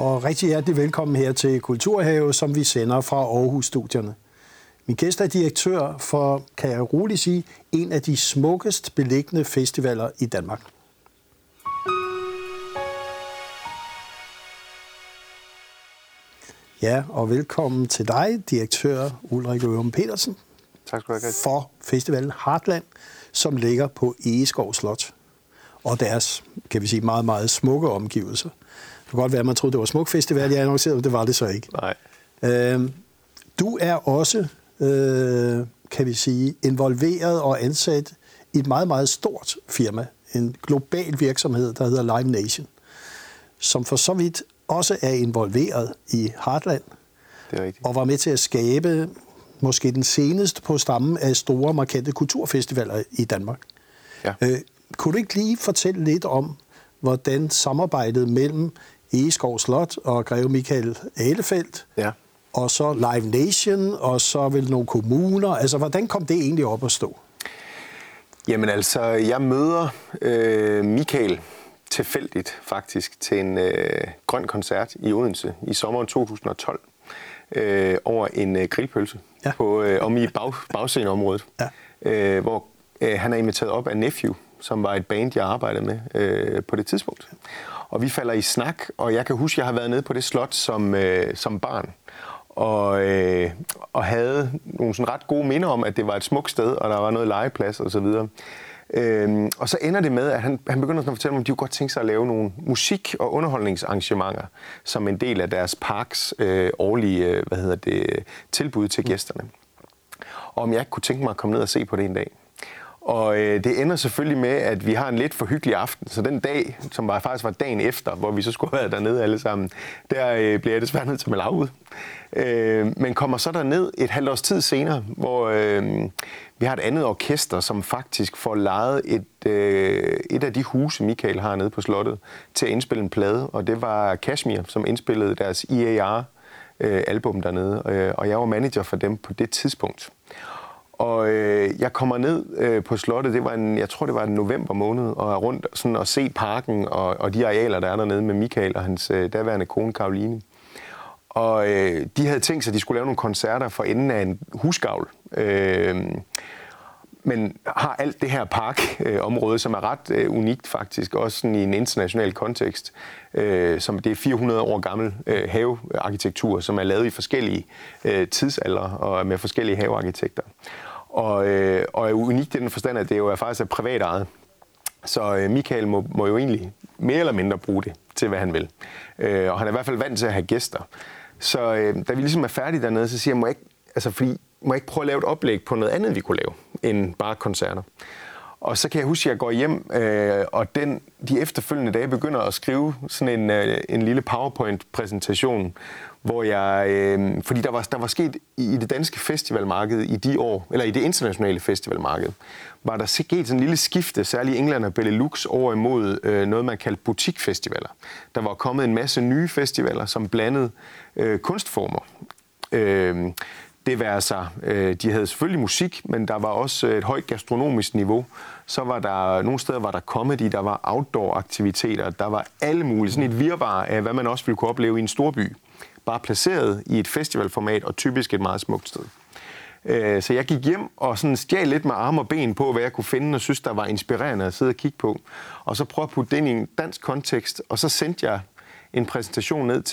og rigtig hjertelig velkommen her til Kulturhave, som vi sender fra Aarhus-studierne. Min gæst er direktør for, kan jeg roligt sige, en af de smukkest beliggende festivaler i Danmark. Ja, og velkommen til dig, direktør Ulrik Ørum Petersen. Tak skal du have. For festivalen Heartland, som ligger på Egeskov Slot. Og deres, kan vi sige, meget, meget smukke omgivelser. Det kan godt være, at man troede, det var smuk festival, jeg annoncerede, men det var det så ikke. Nej. Du er også, kan vi sige, involveret og ansat i et meget, meget stort firma. En global virksomhed, der hedder Live Nation, som for så vidt også er involveret i Heartland. Det er rigtigt. Og var med til at skabe måske den seneste på stammen af store, markante kulturfestivaler i Danmark. Ja. Kunne du ikke lige fortælle lidt om, hvordan samarbejdet mellem Egeskov Slot og Greve Michael Ahlefeldt, og så Live Nation, og så vel nogle kommuner, altså hvordan kom det egentlig op at stå? Jamen altså, jeg møder Michael tilfældigt faktisk til en grøn koncert i Odense i sommeren 2012 over en grillpølse om i bagsceneområdet, hvor han er inviteret op af Nephew, som var et band, jeg arbejdede med på det tidspunkt. Og vi falder i snak, og jeg kan huske, at jeg har været nede på det slot som barn, og havde nogle sådan ret gode minder om, at det var et smukt sted, og der var noget legeplads og så videre. Og så ender det med, at han begynder at fortælle mig, at de kunne godt tænke sig at lave nogle musik- og underholdningsarrangementer som en del af deres parks årlige tilbud til gæsterne. Og om jeg ikke kunne tænke mig at komme ned og se på det en dag. Og det ender selvfølgelig med, at vi har en lidt for hyggelig aften. Så den dag, som faktisk var dagen efter, hvor vi så skulle have været dernede alle sammen, der bliver jeg desværre nødt til at melde afbud. Men kommer så derned et halvt års tid senere, hvor vi har et andet orkester, som faktisk får lejet et af de huse, Michael har nede på slottet, til at indspille en plade. Og det var Kashmir, som indspillede deres EAR-album dernede. Og jeg var manager for dem på det tidspunkt. Og jeg kommer ned på slottet, jeg tror det var en november måned, og er rundt sådan, og se parken og de arealer, der er dernede med Michael og hans daværende kone Caroline. Og de havde tænkt sig, at de skulle lave nogle koncerter for enden af en husgavl. Men har alt det her parkområde, som er ret unikt faktisk, også sådan i en international kontekst, som det er 400 år gammel havearkitektur, som er lavet i forskellige tidsaldre og med forskellige havearkitekter. Og er unikt i den forstand, at det jo faktisk er privat ejet. Så Michael må jo egentlig mere eller mindre bruge det til, hvad han vil. Og han er i hvert fald vant til at have gæster. Så da vi ligesom er færdige dernede, så siger jeg, må jeg ikke prøve at lave et oplæg på noget andet, vi kunne lave, end bare koncerter. Og så kan jeg huske, at jeg går hjem, og de efterfølgende dage begynder at skrive sådan en lille PowerPoint-præsentation, hvor fordi der var sket i det danske festivalmarked i de år, eller i det internationale festivalmarked, var der sket sådan en lille skifte, særligt i England og Benelux, over imod noget, man kaldte butikfestivaler. Der var kommet en masse nye festivaler, som blandede kunstformer. Det var altså, de havde selvfølgelig musik, men der var også et højt gastronomisk niveau. Så var der nogle steder, var der comedy, der var outdoor-aktiviteter, der var alle mulige, sådan et virvar af, hvad man også ville kunne opleve i en storby. Bare placeret i et festivalformat og typisk et meget smukt sted. Så jeg gik hjem og sådan stjal lidt med arme og ben på, hvad jeg kunne finde og synes, der var inspirerende at sidde og kigge på. Og så prøve at putte det ind i en dansk kontekst, og så sendte jeg en præsentation ned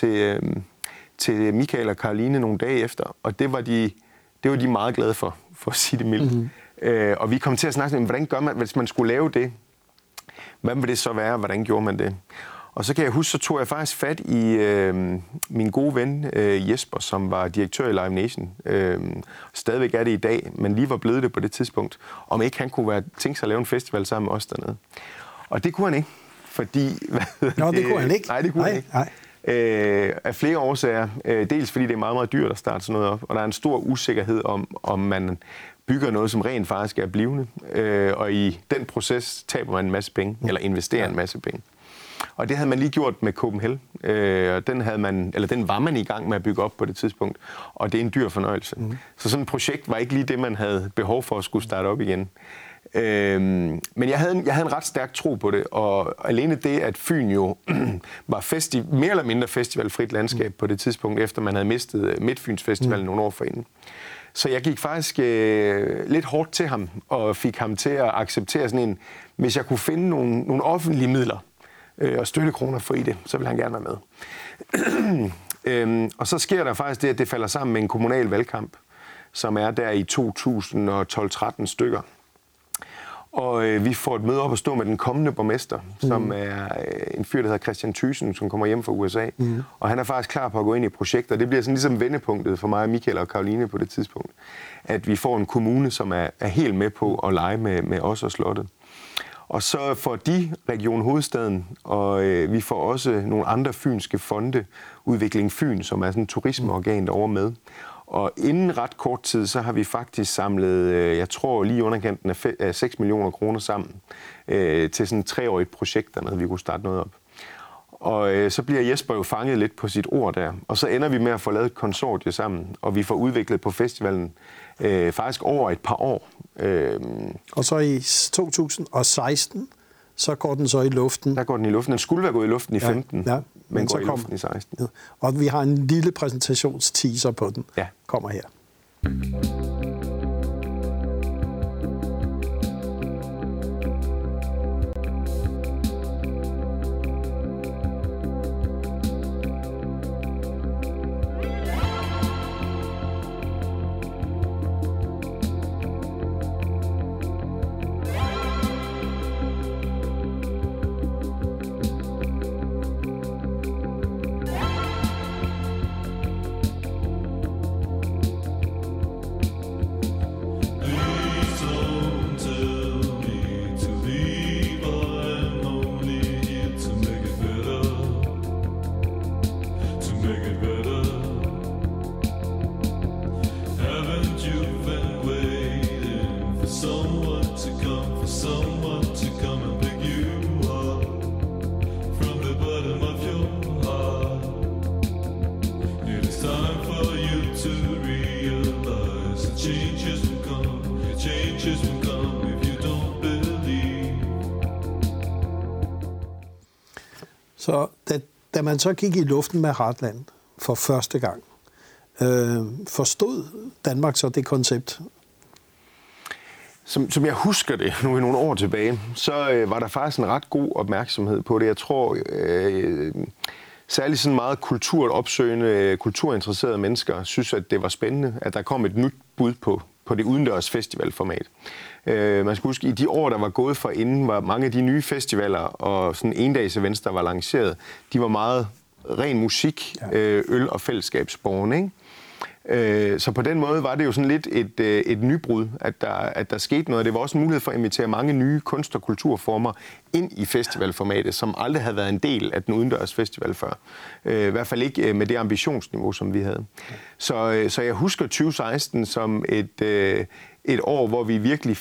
til Michael og Caroline nogle dage efter, og det var de meget glade for at sige det mildt. Mm-hmm. Og vi kom til at snakke om, hvordan gør man, hvis man skulle lave det? Hvad vil det så være? Hvordan gjorde man det? Og så kan jeg huske, så tog jeg faktisk fat i min gode ven Jesper, som var direktør i Live Nation. Stadigvæk er det i dag, men lige var blevet det på det tidspunkt. Om ikke han kunne tænke sig at lave en festival sammen med os dernede. Og det kunne han ikke, fordi... det kunne han ikke? Nej, det kunne han ikke. Nej. Af flere årsager. Dels fordi det er meget, meget dyrt at starte sådan noget op, og der er en stor usikkerhed om man bygger noget, som rent faktisk er blivende. Og i den proces taber man en masse penge, eller investerer en masse penge. Og det havde man lige gjort med Copenhagen. Den var man i gang med at bygge op på det tidspunkt, og det er en dyr fornøjelse. Så sådan et projekt var ikke lige det, man havde behov for at skulle starte op igen. Men jeg havde en ret stærk tro på det, og alene det, at Fyn jo var mere eller mindre festivalfrit landskab på det tidspunkt, efter man havde mistet Midtfyns Festival nogle år forinden. Så jeg gik faktisk lidt hårdt til ham, og fik ham til at acceptere sådan en, hvis jeg kunne finde nogle offentlige midler og støttekroner for i det, så ville han gerne være med. Og så sker der faktisk det, at det falder sammen med en kommunal valgkamp, som er der i 2012-13 stykker. Og vi får et møde op at stå med den kommende borgmester, som er en fyr, der hedder Christian Thyssen, som kommer hjem fra USA. Og han er faktisk klar på at gå ind i projekter. Det bliver sådan ligesom vendepunktet for mig, Michael og Karoline på det tidspunkt. At vi får en kommune, som er helt med på at lege med os og slottet. Og så får de Region Hovedstaden, og vi får også nogle andre fynske fonde, Udvikling Fyn, som er sådan et turismeorgan derovre med. Og inden ret kort tid, så har vi faktisk samlet, jeg tror lige underkanten af 6 millioner kroner sammen til sådan et 3-årigt projekt, dernede, vi kunne starte noget op. Og så bliver Jesper jo fanget lidt på sit ord der, og så ender vi med at få lavet et konsortie sammen, og vi får udviklet på festivalen faktisk over et par år. Og så i 2016, så går den så i luften. Der går den i luften. Den skulle være gået i luften i 15, men går i luften i 16. Ja. Og vi har en lille præsentationsteaser på den. Ja. Kommer her. Så da man så gik i luften med Heartland for første gang, forstod Danmark så det koncept? Som jeg husker det, nu i nogle år tilbage, så var der faktisk en ret god opmærksomhed på det. Jeg tror, særligt sådan meget kulturopsøgende, kulturinteresserede mennesker synes, at det var spændende, at der kom et nyt bud på det udendørs festivalformat. Man skal huske, i de år, der var gået for inden, var mange af de nye festivaler og sådan endags events, der var lanceret, de var meget ren musik, øl og fællesskabsborgen, ikke? Så på den måde var det jo sådan lidt et nybrud, at der skete noget. Det var også en mulighed for at invitere mange nye kunst- og kulturformer ind i festivalformatet, som aldrig havde været en del af den udendørs festival før. I hvert fald ikke med det ambitionsniveau, som vi havde. Så jeg husker 2016 som et år, hvor vi virkelig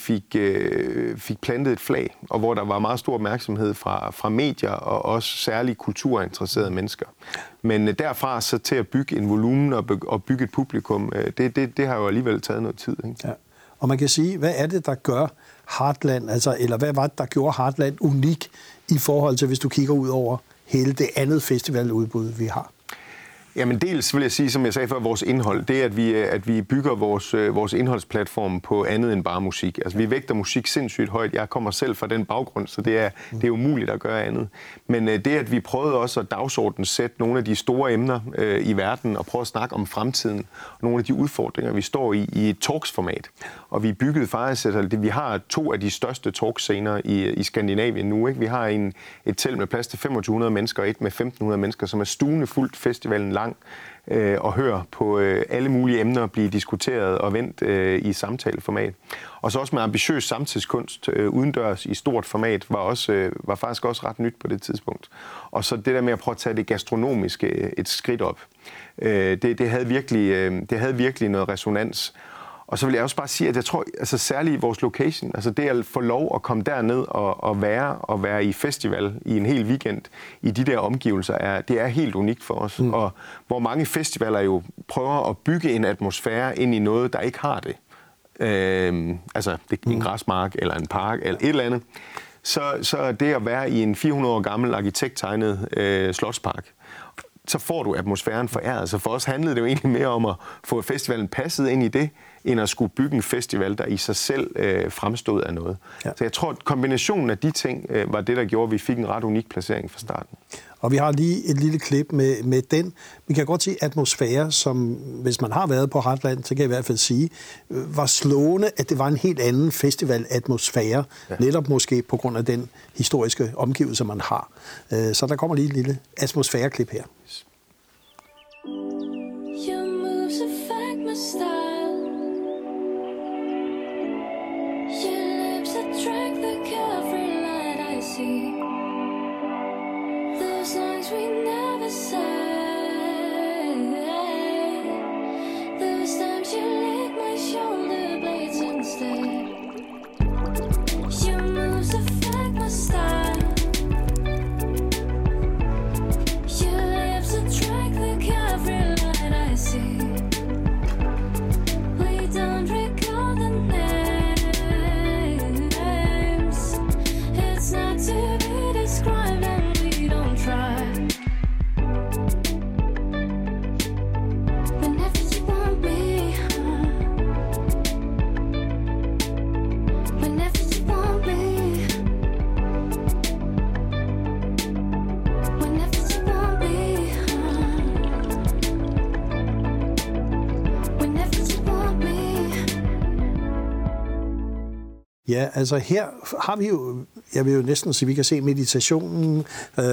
fik plantet et flag, og hvor der var meget stor opmærksomhed fra medier og også særligt kulturinteresserede mennesker. Men derfra så til at bygge en volumen og bygge et publikum, det har jo alligevel taget noget tid. Ikke? Ja. Og man kan sige, hvad er det, der gør Heartland, eller hvad var det, der gjorde Heartland unik i forhold til, hvis du kigger ud over hele det andet festivaludbud, vi har? Jamen dels vil jeg sige, som jeg sagde før, vores indhold, det er, at vi bygger vores indholdsplatform på andet end bare musik. Altså vi vægter musik sindssygt højt. Jeg kommer selv fra den baggrund, så det er umuligt at gøre andet. Men det, at vi prøvede også at dagsordensætte nogle af de store emner i verden, og prøve at snakke om fremtiden, og nogle af de udfordringer, vi står i et talksformat. Og vi byggede faktisk, altså vi har 2 af de største talkscener i Skandinavien nu. Ikke? Vi har et telt med plads til 2500 mennesker, og et med 1500 mennesker, som er stuende fuldt festivalen lang, og høre på alle mulige emner blive diskuteret og vendt i samtaleformat. Og så også med ambitiøs samtidskunst udendørs i stort format var faktisk også ret nyt på det tidspunkt. Og så det der med at prøve at tage det gastronomiske et skridt op, det havde virkelig noget resonans. Og så vil jeg også bare sige, at jeg tror, altså særligt i vores location, altså det at få lov at komme derned og være i festival i en hel weekend i de der omgivelser, det er helt unikt for os. Og hvor mange festivaler jo prøver at bygge en atmosfære ind i noget, der ikke har det. altså en græsmark eller en park eller et eller andet, så det at være i en 400 år gammel arkitekttegnet slotspark, så får du atmosfæren foræret. Så for os handlede det jo egentlig mere om at få festivalen passet ind i det, end at skulle bygge en festival, der i sig selv fremstod af noget. Ja. Så jeg tror, at kombinationen af de ting var det, der gjorde, at vi fik en ret unik placering fra starten. Og vi har lige et lille klip med den. Vi kan godt se atmosfære, som hvis man har været på Heartland, så kan jeg i hvert fald sige, var slående, at det var en helt anden festivalatmosfære, netop måske på grund af den historiske omgivelse, man har. Så der kommer lige et lille atmosfæreklip her. Ja, altså her har vi jo, jeg vil jo næsten sige, vi kan se meditationen,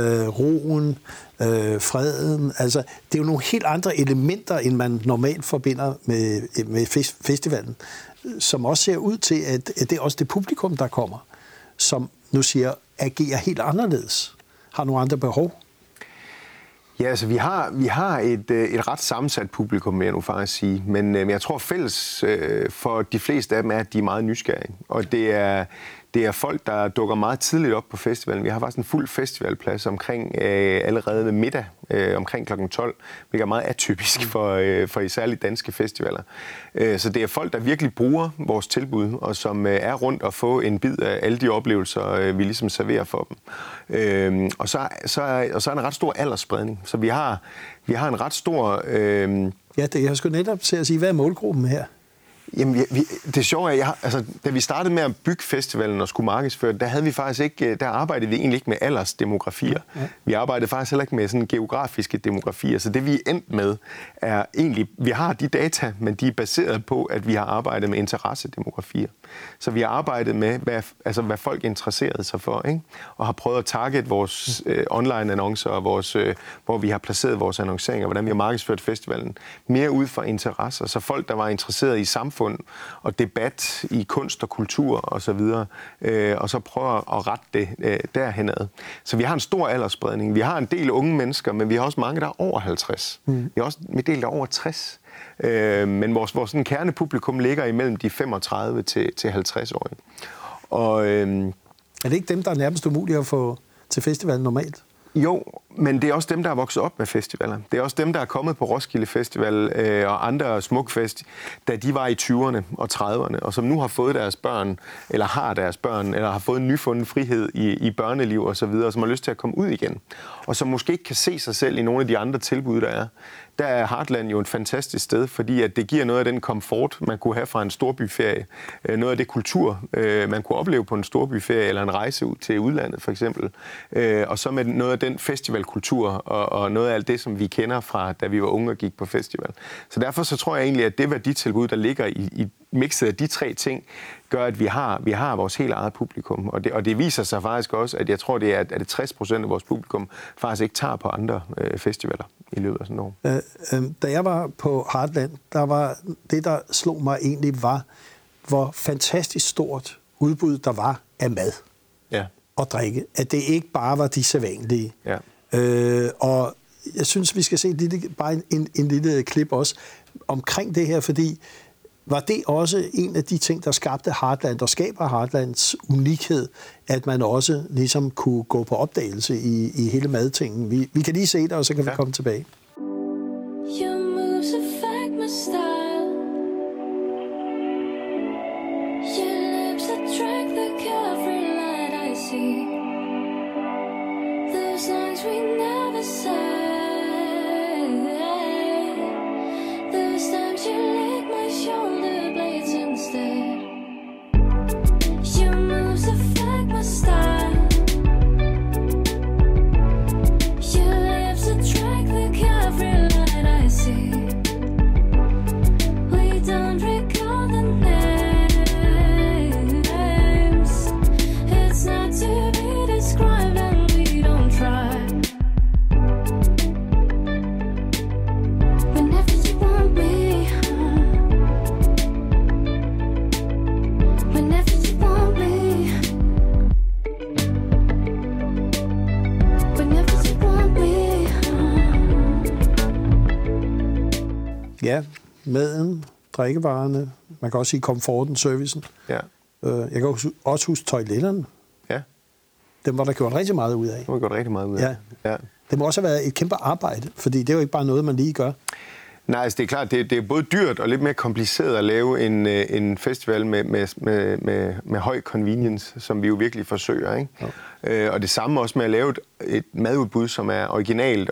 roen, freden. Altså, det er jo nogle helt andre elementer, end man normalt forbinder med festivalen, som også ser ud til, at det er også det publikum, der kommer, som nu siger, agerer helt anderledes, har nogle andre behov. Ja, altså vi har et ret sammensat publikum, vil jeg nu faktisk sige. Men jeg tror fælles for de fleste af dem er, at de er meget nysgerrige. Og det er folk, der dukker meget tidligt op på festivalen. Vi har faktisk en fuld festivalplads omkring allerede ved middag, omkring kl. 12, hvilket er meget atypisk for i særligt danske festivaler. Så det er folk, der virkelig bruger vores tilbud, og som er rundt og få en bid af alle de oplevelser, vi ligesom serverer for dem. Og så er en ret stor aldersspredning. Så vi har en ret stor... Ja, jeg skulle netop til at sige, hvad er målgruppen her? Jamen, det sjove er, da vi startede med at bygge festivalen og skulle markedsføre, der arbejdede vi egentlig ikke med aldersdemografier. Ja. Vi arbejdede faktisk heller ikke med sådan geografiske demografier. Så det vi er endt med er egentlig, vi har de data, men de er baseret på, at vi har arbejdet med interessedemografier. Så vi har arbejdet med, hvad folk interesserede sig for, ikke? Og har prøvet at target vores online-annoncer og hvor vi har placeret vores annonceringer, hvordan vi har markedsført festivalen, mere ud fra interesser. Så folk, der var interesseret i samfund og debat i kunst og kultur og så videre, og så prøver at rette det derhenad. Så vi har en stor aldersspredning. Vi har en del unge mennesker, men vi har også mange, der er over 50. Vi har også en del, der er over 60. Men vores sådan kernepublikum ligger imellem de 35 til 50-årige. Og, er det ikke dem, der er nærmest umulige at få til festivalen normalt? Jo, men det er også dem, der er vokset op med festivaler. Det er også dem, der er kommet på Roskilde Festival og andre Smukfest, da de var i 20'erne og 30'erne, og som nu har fået deres børn, eller har deres børn, eller har fået en nyfunden frihed i børneliv og så videre, som har lyst til at komme ud igen. Og som måske ikke kan se sig selv i nogle af de andre tilbud, der er. Der er Heartland jo et fantastisk sted, fordi at det giver noget af den komfort, man kunne have fra en storbyferie. Noget af det kultur, man kunne opleve på en storbyferie, eller en rejse ud til udlandet for eksempel. Og så med noget af den festivalkultur, og noget af alt det, som vi kender fra, da vi var unge og gik på festival. Så derfor så tror jeg egentlig, at det værditilbud, der ligger i mixet af de tre ting, gør, at vi har vores helt eget publikum. Og det viser sig faktisk også, at jeg tror, det er, at 60% af vores publikum faktisk ikke tager på andre festivaler i løbet af sådan noget. Da jeg var på Heartland, det, der slog mig egentlig, var, hvor fantastisk stort udbud der var af mad og drikke. At det ikke bare var de sædvanlige. Ja. Og jeg synes, vi skal se en lille klip også omkring det her, fordi var det også en af de ting, der skabte Heartland og skaber Heartlands unikhed, at man også ligesom kunne gå på opdagelse i hele madtingen. Vi kan lige se det, og så kan vi komme tilbage. Your moves affect my style. track the carefree light I see. Those lines we never said. Those times you lick my shoulder blades instead. Your moves affect my style. Your lips attract the carefree light I see. We don't recall the names. It's not to be described and we don't try. Whenever you want me, whenever you want me, whenever you want me. Ja, maden, drikkevarerne, man kan også sige komforten, servicen. Ja. Jeg kan også huske toiletterne. Ja, Dem var der gjort rigtig meget ud af. det har vi gjort rigtig meget ud af. Ja. Det må også have været et kæmpe arbejde, fordi det er jo ikke bare noget, man lige gør. Nej, altså det er klart, det er både dyrt og lidt mere kompliceret at lave en festival med høj convenience, som vi jo virkelig forsøger, ikke? Ja. Og det samme også med at lave et madudbud, som er originalt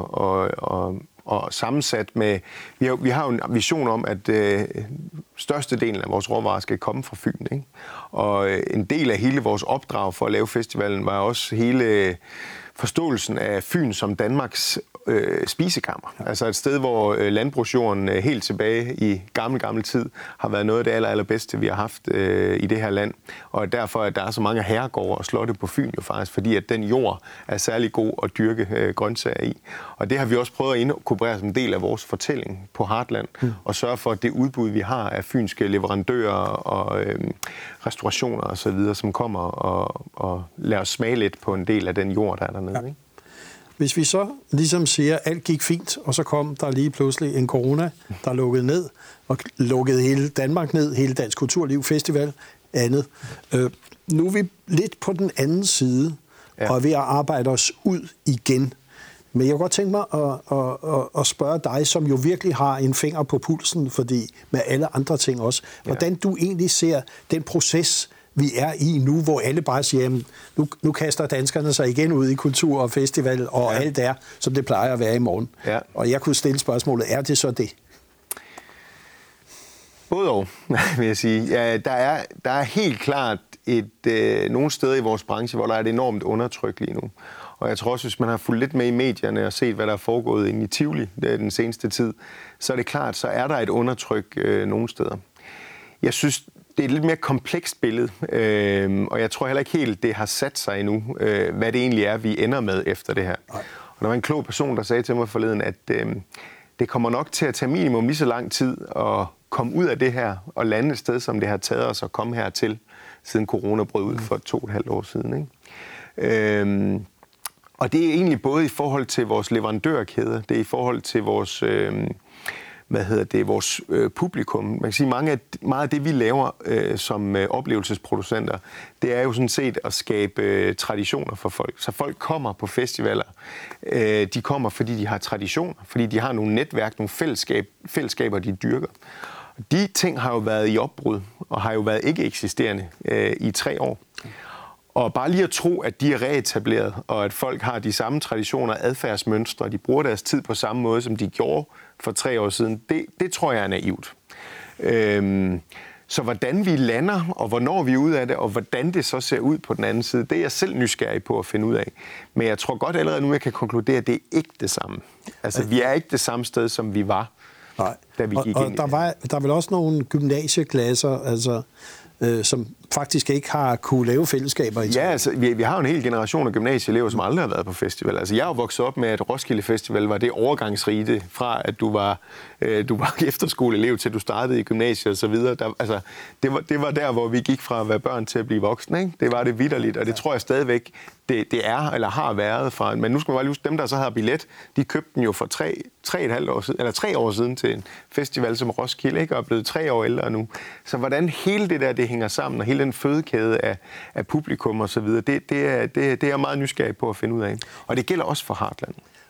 og sammensat med... Vi har jo en vision om, at størstedelen af vores råvarer skal komme fra Fyn, ikke? Og en del af hele vores opdrag for at lave festivalen var også hele forståelsen af Fyn som Danmarks spisekammer. Altså et sted, hvor landbrugsjorden helt tilbage i gammel tid har været noget af det allerbedste, vi har haft i det her land. Og derfor at der er så mange herregårde og slotte på Fyn jo faktisk, fordi at den jord er særlig god at dyrke grøntsager i. Og det har vi også prøvet at inkorporere som en del af vores fortælling på Heartland, og sørge for, at det udbud, vi har af fynske leverandører og restaurationer og så videre, som kommer og lader os smage lidt på en del af den jord, der er dernede. Ja. Ikke? Hvis vi så ligesom siger, at alt gik fint, og så kom der lige pludselig en corona, der lukkede ned, og lukkede hele Danmark ned, hele Dansk Kulturliv, festival, andet. Nu er vi lidt på den anden side, og er ved at arbejde os ud igen. Men jeg kunne godt tænke mig at spørge dig, som jo virkelig har en finger på pulsen, fordi med alle andre ting også, hvordan du egentlig ser den proces, vi er i nu, hvor alle bare siger, nu kaster danskerne sig igen ud i kultur og festival, og alt er, som det plejer at være i morgen. Ja. Og jeg kunne stille spørgsmålet, er det så det? Både og, vil jeg sige. Ja, der er helt klart nogle steder i vores branche, hvor der er et enormt undertryk lige nu. Og jeg tror også, hvis man har fulgt lidt med i medierne og set, hvad der er foregået inde i Tivoli den seneste tid, så er det klart, så er der et undertryk nogle steder. Jeg synes, det er et lidt mere komplekst billede, og jeg tror heller ikke helt, det har sat sig endnu, hvad det egentlig er, vi ender med efter det her. Og der var en klog person, der sagde til mig forleden, at det kommer nok til at tage minimum lige så lang tid at komme ud af det her og lande et sted, som det har taget os at komme hertil, siden corona brød ud for 2,5 år siden. Ikke? Og det er egentlig både i forhold til vores leverandørkæder, det er i forhold til vores... vores publikum. Man kan sige, meget af det, vi laver som oplevelsesproducenter, det er jo sådan set at skabe traditioner for folk. Så folk kommer på festivaler. De kommer, fordi de har traditioner, fordi de har nogle netværk, nogle fællesskaber, de dyrker. De ting har jo været i opbrud, og har jo været ikke eksisterende i 3 år. Og bare lige at tro, at de er reetableret, og at folk har de samme traditioner og adfærdsmønstre, og de bruger deres tid på samme måde, som de gjorde for 3 år siden, det tror jeg er naivt. Så hvordan vi lander, og hvornår vi er ude af det, og hvordan det så ser ud på den anden side, det er jeg selv nysgerrig på at finde ud af. Men jeg tror godt allerede nu, jeg kan konkludere, at det er ikke det samme. Altså, vi er ikke det samme sted, som vi var, da vi gik ind i det. Der er vel også nogle gymnasieklasser, altså, som faktisk ikke har kunne lave fællesskaber i Ja, altså, vi har jo en hel generation af gymnasieelever, som aldrig har været på festival. Altså, jeg er jo vokset op med, at Roskilde Festival var det overgangsrige fra, at du var efterskoleelev til du startede i gymnasiet og så videre. Det var der, hvor vi gik fra at være børn til at blive voksne, ikke? Det var det vitterligt, og det tror jeg stadigvæk, det er eller har været fra. Men nu skal man bare lige huske, dem, der så havde billet, de købte den jo for 3 år siden til en festival som Roskilde, ikke? Og er blevet 3 år ældre nu. Så hvordan hele det der, det hænger sammen, og hele den fødekæde af publikum og så videre, det er jeg meget nysgerrig på at finde ud af. Og det gælder også for Heartland.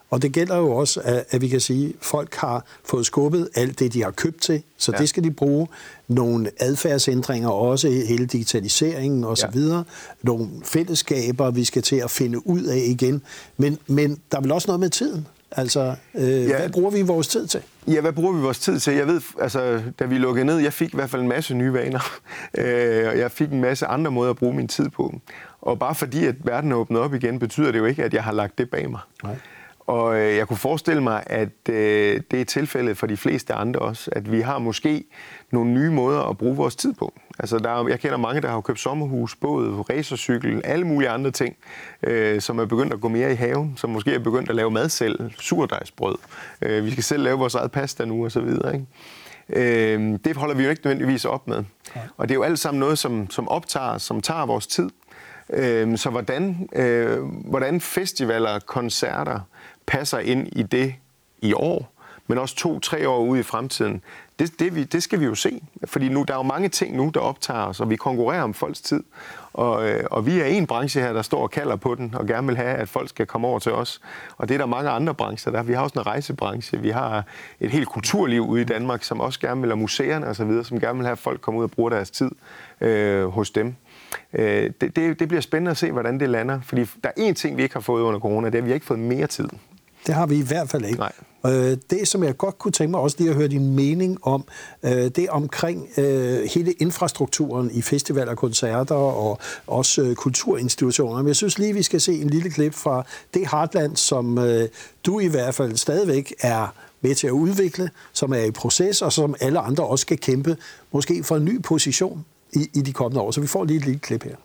Og det gælder jo også, at vi kan sige, at folk har fået skubbet alt det, de har købt til, så det skal de bruge. Nogle adfærdsændringer også, hele digitaliseringen osv. Nogle fællesskaber, vi skal til at finde ud af igen. Men der er vel også noget med tiden. Altså, hvad bruger vi vores tid til? Ja, hvad bruger vi vores tid til? Jeg ved, altså, da vi lukkede ned, jeg fik i hvert fald en masse nye vaner. Og jeg fik en masse andre måder at bruge min tid på. Og bare fordi, at verden er åbnet op igen, betyder det jo ikke, at jeg har lagt det bag mig. Nej. Og jeg kunne forestille mig, at det er tilfældet for de fleste andre også, at vi har måske nogle nye måder at bruge vores tid på. Altså, jeg kender mange, der har købt sommerhus, båd, racercykel, alle mulige andre ting, som er begyndt at gå mere i haven, som måske er begyndt at lave mad selv, surdejsbrød. Vi skal selv lave vores eget pasta nu og så videre, ikke? Det holder vi jo ikke nødvendigvis op med. Ja. Og det er jo alt sammen noget, som optager, som tager vores tid. Så hvordan festivaler, koncerter passer ind i det i år, men også 2-3 år ude i fremtiden, det skal vi jo se. Fordi nu, der er jo mange ting nu, der optager os, og vi konkurrerer om folks tid. Og vi er en branche her, der står og kalder på den, og gerne vil have, at folk skal komme over til os. Og det er der mange andre brancher der. Vi har også en rejsebranche, vi har et helt kulturliv ude i Danmark, som også gerne vil have museerne og så videre, som gerne vil have, at folk kommer ud og bruger deres tid hos dem. Det bliver spændende at se, hvordan det lander. Fordi der er én ting, vi ikke har fået under corona, det er, at vi har ikke fået mere tid. Det har vi i hvert fald ikke. Nej. Det, som jeg godt kunne tænke mig også lige at høre din mening om, det er omkring hele infrastrukturen i festivaler, koncerter og også kulturinstitutioner. Men jeg synes lige, vi skal se en lille klip fra det Heartland, som du i hvert fald stadigvæk er med til at udvikle, som er i proces, og som alle andre også skal kæmpe, måske for en ny position i de kommende år. Så vi får lige et lille klip her.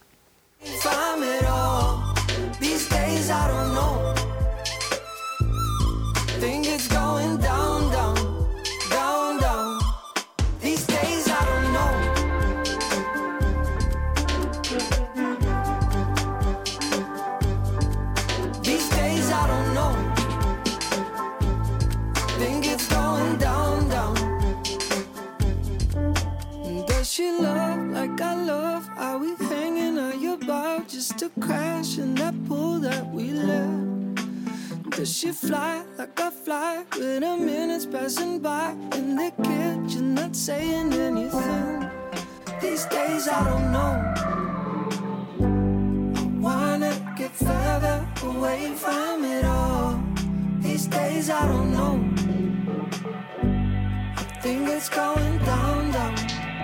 Just to crash in that pool that we left. Does she fly like a fly with the minutes passing by in the kitchen, not saying anything? These days I don't know. I wanna get further away from it all. These days I don't know. I think it's going down, down.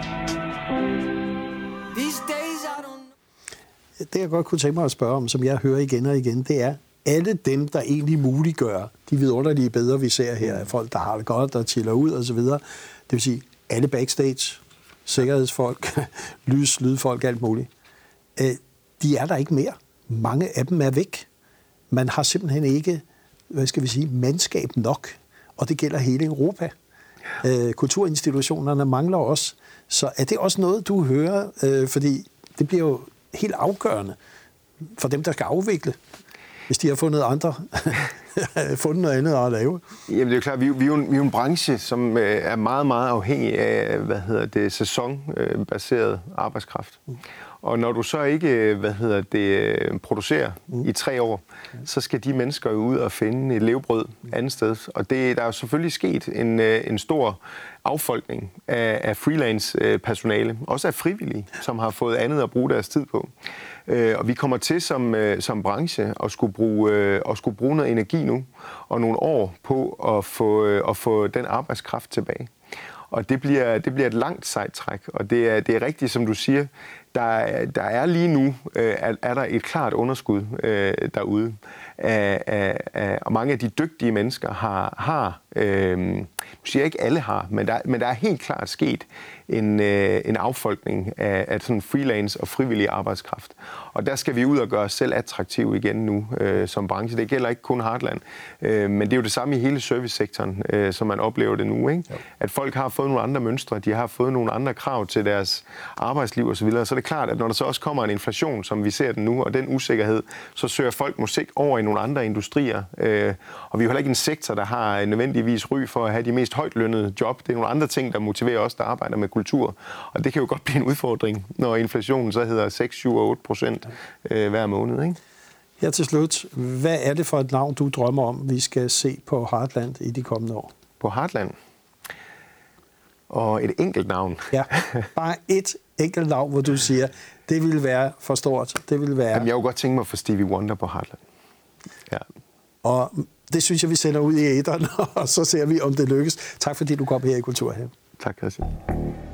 These days I don't know. Det, jeg godt kunne tænke mig at spørge om, som jeg hører igen og igen, det er, alle dem, der egentlig muliggør de vidunderlige billeder, vi ser her, af folk, der har det godt, der chiller ud osv., det vil sige, alle backstage, sikkerhedsfolk, lydfolk, alt muligt, de er der ikke mere. Mange af dem er væk. Man har simpelthen ikke, mandskab nok, og det gælder hele Europa. Kulturinstitutionerne mangler også. Så er det også noget, du hører, fordi det bliver jo helt afgørende for dem, der skal afvikle, hvis de har fundet noget andet at lave. Jamen det er jo klart, vi er jo en branche, som er meget, meget afhængig af, sæsonbaseret arbejdskraft. Og når du så ikke, producerer i 3 år, så skal de mennesker jo ud og finde et levebrød andet sted. Og der er jo selvfølgelig sket en stor affolkning af freelance-personale, også af frivillige, som har fået andet at bruge deres tid på. Og vi kommer til som branche at skulle bruge noget energi nu, og nogle år på at få den arbejdskraft tilbage. Og det bliver et langt sejt træk, og det er rigtigt, som du siger, der er lige nu er der et klart underskud derude. Og mange af de dygtige mennesker har nu siger jeg ikke alle har, men der er helt klart sket en affolkning af sådan freelance og frivillig arbejdskraft. Og der skal vi ud og gøre os selv attraktive igen nu som branche. Det gælder ikke kun Heartland, men det er jo det samme i hele servicesektoren, som man oplever det nu, ikke? At folk har fået nogle andre mønstre, de har fået nogle andre krav til deres arbejdsliv osv. Så er det klart, at når der så også kommer en inflation, som vi ser den nu, og den usikkerhed, så søger folk musik over i nogle andre industrier. Og vi er heller ikke en sektor, der har nødvendigvis ry for at have de mest højtlønnede job. Det er nogle andre ting, der motiverer os, der arbejder med kultur. Og det kan jo godt blive en udfordring, når inflationen så hedder 6, 7 og 8% hver måned, ikke? Her til slut, hvad er det for et navn, du drømmer om, vi skal se på Heartland i de kommende år? På Heartland? Og et enkelt navn? Ja, bare et enkelt navn, hvor du siger, det ville være for stort. Det ville være... Jamen, jeg kunne godt tænke mig for Stevie Wonder på Heartland. Ja. Og det synes jeg, vi sender ud i æteren, og så ser vi, om det lykkes. Tak fordi du kom her i Kulturhaven. Tak, Christian.